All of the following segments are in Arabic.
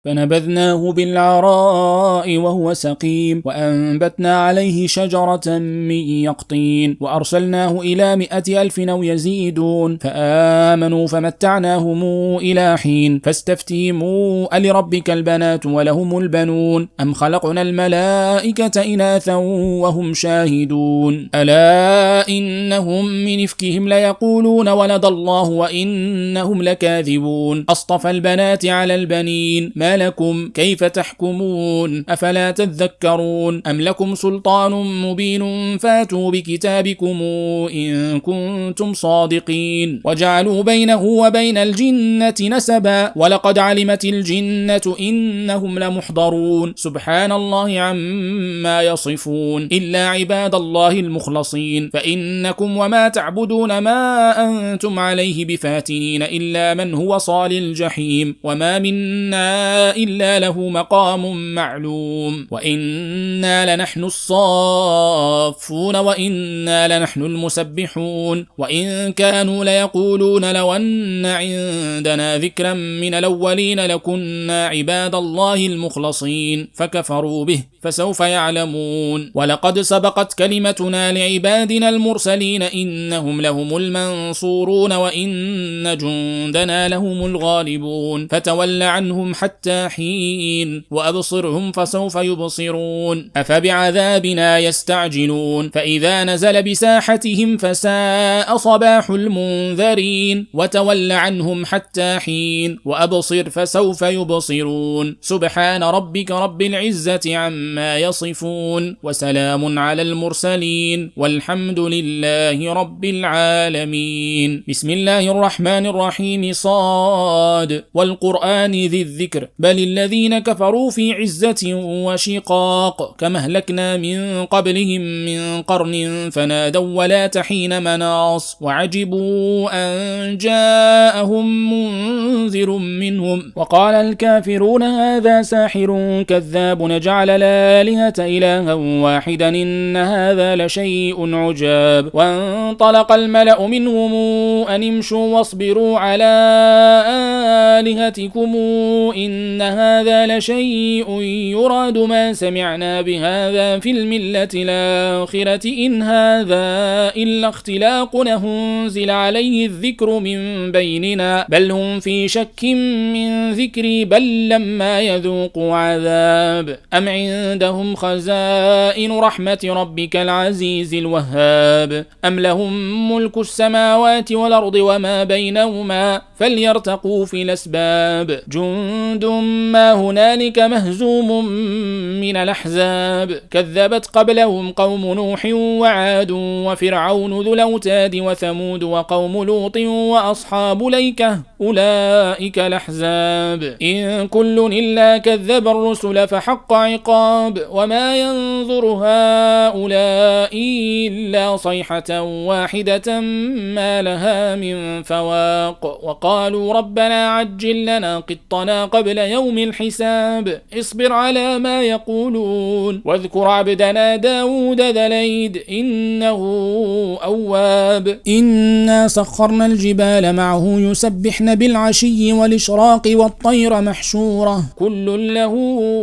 فنبذناه بالعراء وهو سقيم وأنبتنا عليه شجرة من يقطين وأرسلناه إلى 100,000 أو يزيدون فآمنوا فمتعناهم إلى حين فاستفتهموا ألربك البنات ولهم البنون أم خلقنا الملائكة إناثا وهم شاهدون ألا إنهم من إفكهم ليقولون ولد الله وإنهم لكاذبون أصطفى البنات على البنين ما لكم كيف تحكمون أفلا تذكرون أم لكم سلطان مبين فاتوا بكتابكم إن كنتم صادقين وجعلوا بينه وبين الجنة نسبا ولقد علمت الجنة إنهم لمحضرون سبحان الله عما يصفون إلا عباد الله المخلصين فإنكم وما تعبدون ما أنتم عليه بفاتنين إلا من هو صال الجحيم وما منا إلا له مقام معلوم وإنا لنحن الصافون وإنا لنحن المسبحون وإن كانوا ليقولون لو أن عندنا ذكرا من الأولين لكنا عباد الله المخلصين فكفروا به فسوف يعلمون ولقد سبقت كلمتنا لعبادنا المرسلين إنهم لهم المنصورون وإن جندنا لهم الغالبون فتول عنهم حتى حين وأبصرهم فسوف يبصرون أفبعذابنا يستعجلون فإذا نزل بساحتهم فساء صباح المنذرين وتول عنهم حتى حين وأبصر فسوف يبصرون سبحان ربك رب العزة عما يصفون وسلام على المرسلين والحمد لله رب العالمين بسم الله الرحمن الرحيم صاد والقرآن ذي الذكر بل الذين كفروا في عزة وشقاق كما أهلكنا من قبلهم من قرن فنادوا ولا تحين مناص وعجبوا أن جاءهم منذر منهم وقال الكافرون هذا ساحر كذاب نجعل الآلهة إلها واحدا إن هذا لشيء عجاب وانطلق الملأ منهم أن امشوا واصبروا على آلهتكم إن هذا لشيء يراد ما سمعنا بهذا في الملة الآخرة إن هذا إلا اختلاق أنزل عليه الذكر من بيننا بل هم في شك من ذكري بل لما يذوقوا عذاب أم عندهم خزائن رحمة ربك العزيز الوهاب أم لهم ملك السماوات والأرض وما بينهما فليرتقوا في الأسباب جند ما هنالك مهزوم من الأحزاب كذبت قبلهم قوم نوح وعاد وفرعون ذو الأوتاد وثمود وقوم لوط وأصحاب ليكة أولئك الأحزاب إن كل إلا كذب الرسل فحق عقاب وما ينظر هؤلاء إلا صيحة واحدة ما لها من فواق وقالوا ربنا عجل لنا قطنا قبل يوم الحساب اصبر على ما يقولون واذكر عبدنا داود ذا الأيد إنه أواب إنا سخرنا الجبال معه يسبحن بالعشي والإشراق والطير محشورة كل له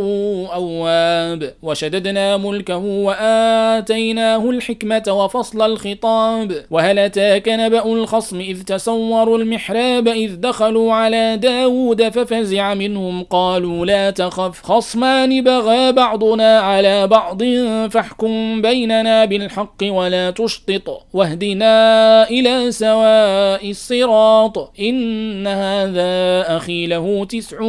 أواب وشددنا ملكه وآتيناه الحكمة وفصل الخطاب وهل أتاك نبأ الخصم إذ تسوروا المحراب إذ دخلوا على داود ففزع منهم قالوا لا تخف خصمان بغى بعضنا على بعض فاحكم بيننا بالحق ولا تشطط واهدنا إلى سواء الصراط إن هذا أخي له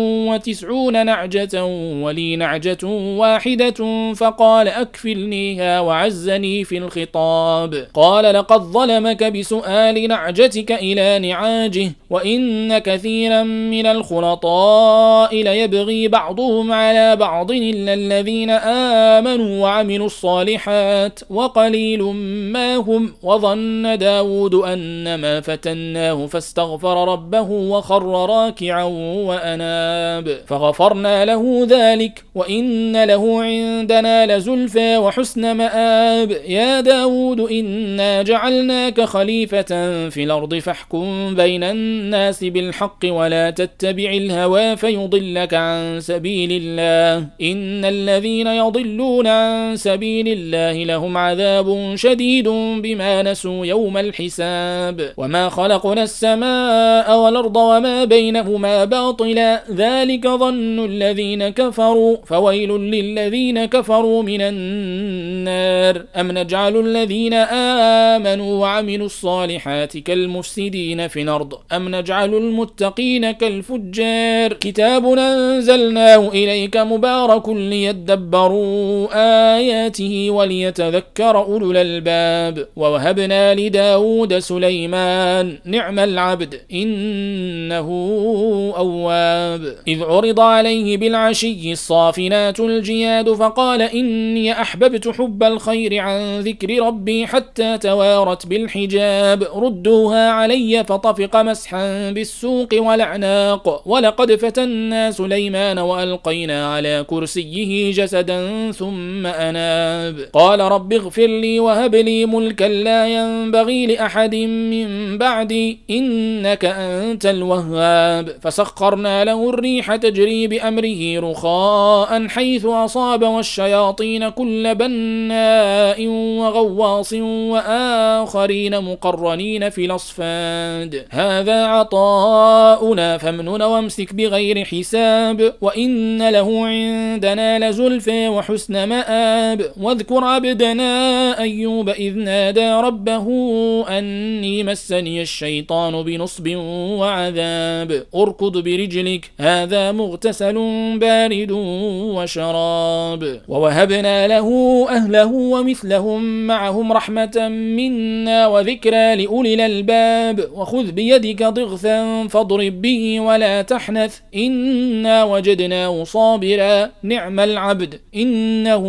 99 نعجة ولي نعجة واحدة فقال أكفلنيها وعزني في الخطاب قال لقد ظلمك بسؤال نعجتك إلى نعاجه وإن كثيرا من الخلطاء ليبغي بعضهم على بعض إلا الذين آمنوا وعملوا الصالحات وقليل ما هم وظن داود أنما فتناه فاستغفر ربه وخر راكعا وأناب فغفرنا له ذلك وإن له عندنا لزلفى وحسن مآب يا داود إنا جعلناك خليفة في الأرض فاحكم بين الناس بالحق ولا تتبع الهوى فيضلك عن سبيل الله إن الذين يضلون عن سبيل الله لهم عذاب شديد بما نسوا يوم الحساب وما خلقنا السماء والأرض وما بينهما باطلا ذلك ظن الذين كفروا فويل للذين كفروا من النار أم نجعل الذين آمنوا وعملوا الصالحات كالمفسدين في الأرض أم نجعل المتقين كالفجار كتاب أنزلناه إليك مبارك ليدبروا آياته وليتذكر أولو الألباب ووهبنا لداود سليمان نعم العبد إنه أواب إذ عرض عليه بالعشي الصافنات الجياد فقال إني أحببت حب الخير عن ذكر ربي حتى توارت بالحجاب ردوها علي فطفق مسحا بالسوق والأعناق ولقد فتنا سليمان وألقينا على كرسيه جسدا ثم أناب قال رب اغفر لي وهب لي ملكا لا ينبغي لأحد من بعدي إنك أنت الوهاب فسخرنا له الريح تجري بأمره رخاء حيث أصاب والشياطين كل بناء وغواص وآخرين مقرنين في الأصفاد هذا عطاؤنا فامنن وامسك بغير حساب وإن له عندنا لزلفى وحسن مآب واذكر عبدنا أيوب إذ نادى ربه أني مسني الشيطان بنصب وعذاب اركض برجلك هذا مغتسل بارد وشراب ووهبنا له أهله ومثلهم معهم رحمة منا وذكرى لأولي الألباب وخذ بيدك ضغثا فاضرب به ولا تحنث إنا وجدناه صابرا نعم العبد إنه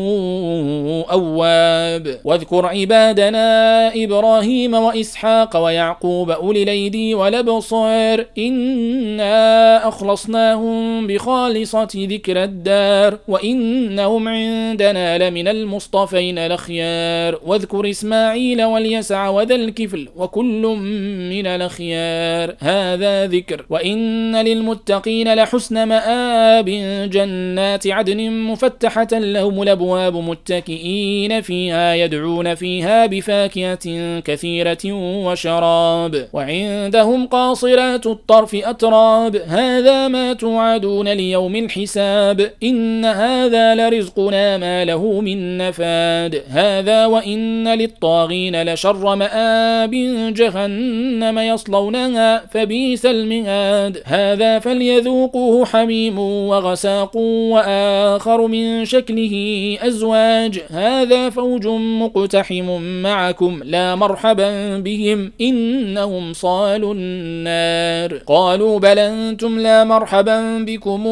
أواب واذكر عبادنا إبراهيم وإسحاق ويعقوب أولي الأيدي والأبصار إنا أخلصناهم بخالصة ذكر الدار وإنهم عندنا لمن المصطفين الأخيار واذكر إسماعيل واليسع وذا الكفل وكل من الأخيار هذا ذكر وإن للمتقين لحسن مآب جنات عدن مفتحة لهم الأبواب متكئين فيها يدعون فيها بفاكهة كثيرة وشراب وعندهم قاصرات الطرف أتراب هذا ما توعدون ليوم الحساب إن هذا لرزقنا ما له من نفاد هذا وإن للطاغين لشر مآب جهنم يصلونها فبئس المهاد هذا فليذوقوه حميم وغساق وآخر من شكله أزواج هذا فوج مقتحم معكم لا مرحبا بهم إنهم صالوا النار قالوا بل أنتم لا مرحبا بكم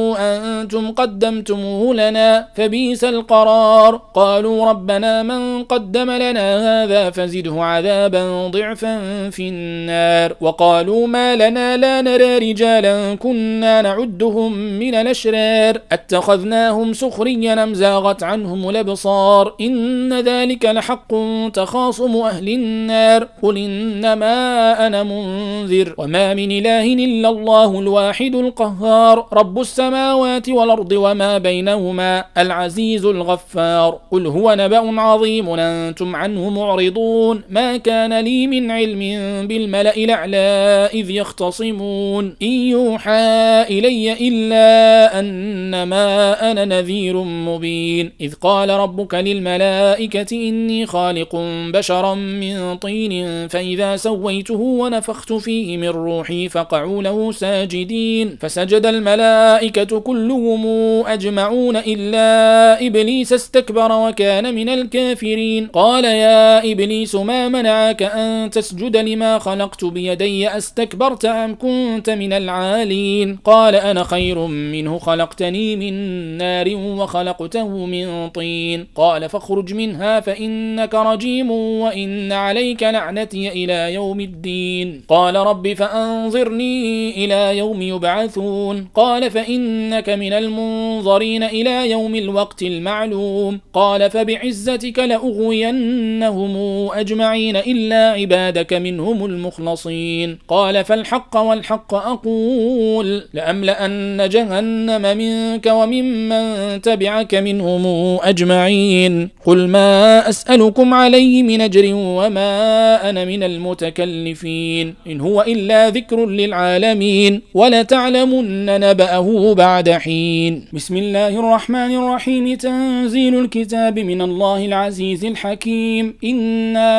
أنتم قدمتموه لنا فبئس القرار قالوا ربنا من قدم لنا هذا فزده عذابا ضعفا في النار وقالوا ما لنا لا نرى رجالا كنا نعدهم من الأشرار اتخذناهم سخريا أم زاغت عنهم الأبصار إن ذلك لحق تخاصم أهل النار قل إنما أنا منذر وما من إله إلا الله الواحد القهار رب السماوات والأرض وما بينهما العزيز الغفار قل هو نبأ عظيم أنتم عنه معرضون ما كان لي من علم بالملأ الأعلى إذ يختصمون إن يوحى إلي إلا أنما أنا نذير مبين إذ قال ربك للملائكة إني خالق بشرا من طين فإذا سويته ونفخت فيه من روحي فقعوا له ساجدين فسجد الملائكة كلهم أجمعون إلا إبليس استكبر وكان من الكافرين قال يا إبليس ما منعك أن تسجد لما خلقت بيدي أستكبرت أم كنت من العالين قال أنا خير منه خلقتني من نار وخلقته من طين قال فاخرج منها فإنك رجيم وإن عليك لعنتي إلى يوم الدين قال رب فأنظرني فأنظرني إلى يوم يبعثون قال فإنك من المنظرين إلى يوم الوقت المعلوم قال فبعزتك لأغوينهم أجمعين إلا عبادك منهم المخلصين قال فالحق والحق أقول لأملأن جهنم منك وممن تبعك منهم أجمعين قل ما أسألكم عليه من أجر وما أنا من المتكلفين إن هو إلا ذكر للعالمين ولتعلمن نبأه بعد حين بسم الله الرحمن الرحيم تنزيل الكتاب من الله العزيز الحكيم إنا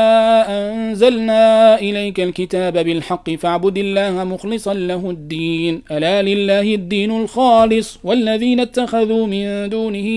أنزلنا إليك الكتاب بالحق فاعبد الله مخلصا له الدين ألا لله الدين الخالص والذين اتخذوا من دونه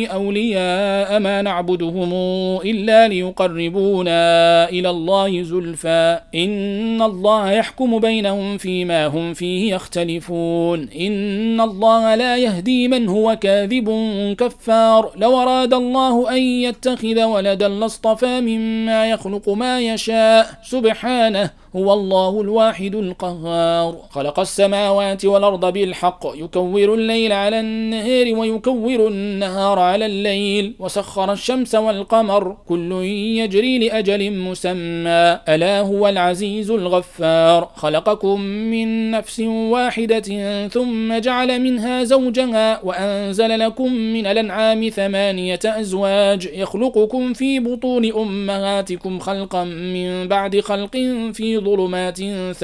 أولياء ما نعبدهم إلا ليقربونا إلى الله زلفى إن الله يحكم بينهم فيما هم فيه يختلفون إن الله لا يهدي من هو كاذب كفار لو أراد الله أن يتخذ ولدا لاصطفى مما يخلق ما يشاء سبحانه هو الله الواحد القهار خلق السماوات والأرض بالحق يكور الليل على النهار ويكور النهار على الليل وسخر الشمس والقمر كل يجري لأجل مسمى ألا هو العزيز الغفار خلقكم من نفس واحدة ثم جعل منها زوجها وأنزل لكم من الأنعام 8 أزواج يخلقكم في بطون أمهاتكم خلقا من بعد خلق في ظلمات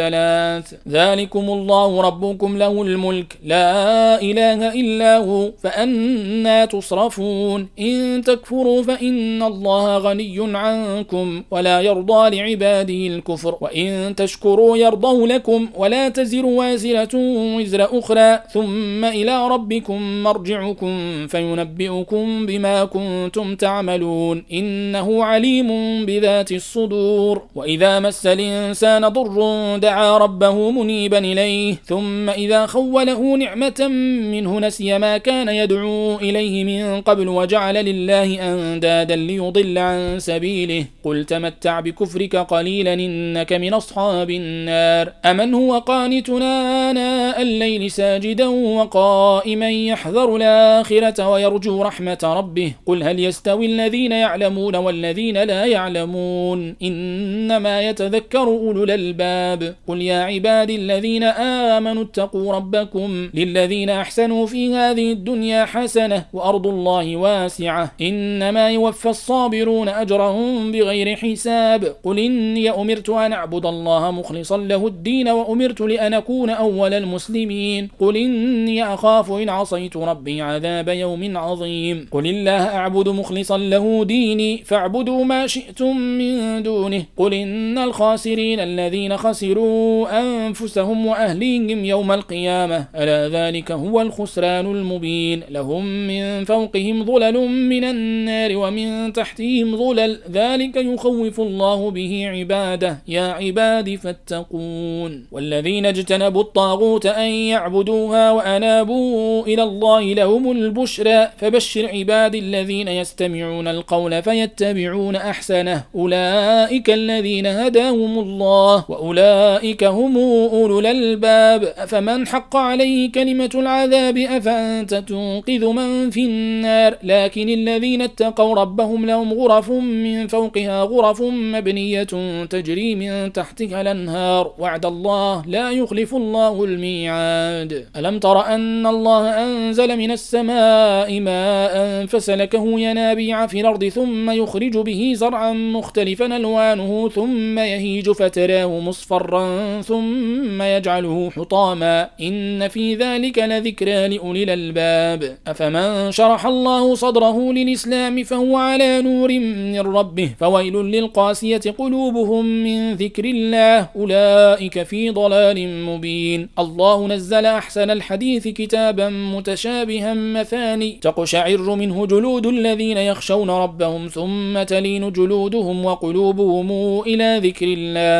3 ذلكم الله ربكم له الملك لا إله إلا هو فأنا تصرفون إن تكفروا فإن الله غني عنكم ولا يرضى لعباده الكفر وإن تشكروا يرضه لكم ولا تزر وازرة وزر أخرى ثم إلى ربكم مرجعكم فينبئكم بما كنتم تعملون إنه عليم بذات الصدور وإذا مس الإنسان ضر دعا ربه منيبا إليه ثم إذا خوله نعمة منه نسي ما كان يدعو إليه من قبل وجعل لله أندادا ليضل عن سبيله قل تمتع بكفرك قليلا إنك من أصحاب النار أمن هو قانتنا آناء الليل ساجدا وقائما يحذر الآخرة ويرجو رحمة ربه قل هل يستوي الذين يعلمون والذين لا يعلمون إنما يتذكر أولو الألباب قل يا عبادي الذين آمنوا اتقوا ربكم للذين أحسنوا في هذه الدنيا حسنة وأرض الله واسعة إنما يوفى الصابرون أجرهم بغير حساب قل إني أمرت أن أعبد الله مخلصا له الدين وأمرت لأن أكون أول المسلمين قل إني أخاف إن عصيت ربي عذاب يوم عظيم قل الله أعبد مخلصا له ديني فاعبدوا ما شئتم من دونه قل إن الخاسرين الذين خسروا أنفسهم وأهليهم يوم القيامة ألا ذلك هو الخسران المبين لهم من فوقهم ظلل من النار ومن تحتهم ظلل ذلك يخوف الله به عباده يا عباد فاتقون والذين اجتنبوا الطاغوت أن يعبدوها وأنابوا إلى الله لهم البشرى فبشر عباد الذين يستمعون القول فيتبعون أحسنه أولئك الذين هداهم الله وأولئك هم أولو الألباب أفمن حق عليه كلمة العذاب أفأنت تنقذ من في النار لكن الذين اتقوا ربهم لهم غرف من فوقها غرف مبنية تجري من تحتها الأنهار وعد الله لا يخلف الله الميعاد ألم تر أن الله أنزل من السماء ماء فسلكه ينابيع في الأرض ثم يخرج به زرعا مختلفا ألوانه ثم يهيج فتراه مصفرا ثم يجعله حطاما إن في ذلك لذكرى لأولي الألباب أفمن شرح الله صدره للإسلام فهو على نور من ربه فويل للقاسية قلوبهم من ذكر الله أولئك في ضلال مبين الله نزل أحسن الحديث كتابا متشابها مثاني تقشعر منه جلود الذين يخشون ربهم ثم تلين جلودهم وقلوبهم إلى ذكر الله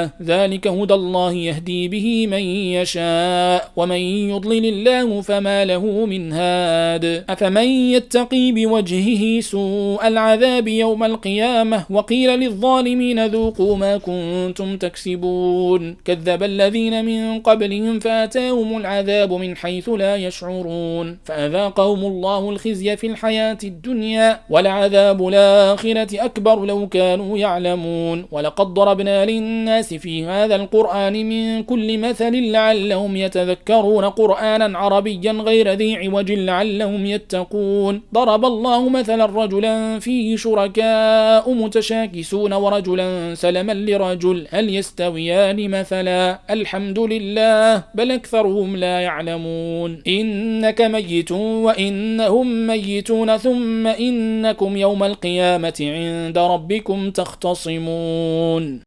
الله ذلك هدى الله يهدي به من يشاء ومن يضلل الله فما له من هاد أفمن يتقي بوجهه سوء العذاب يوم القيامة وقيل للظالمين ذوقوا ما كنتم تكسبون كذب الذين من قبلهم فاتاهم العذاب من حيث لا يشعرون فأذاقهم الله الخزي في الحياة الدنيا ولعذاب الآخرة أكبر لو كانوا يعلمون ولقد ضربنا للناس في هذا القرآن من كل مثل لعلهم يتذكرون قرآنا عربيا غير ذي عوج لعلهم يتقون ضرب الله مثلا رجلا فيه شركاء متشاكسون ورجلا سلما لرجل هل يستويان مثلا الحمد لله بل أكثرهم لا يعلمون إنك ميت وإنهم ميتون ثم إنكم يوم القيامة عند ربكم تختصمون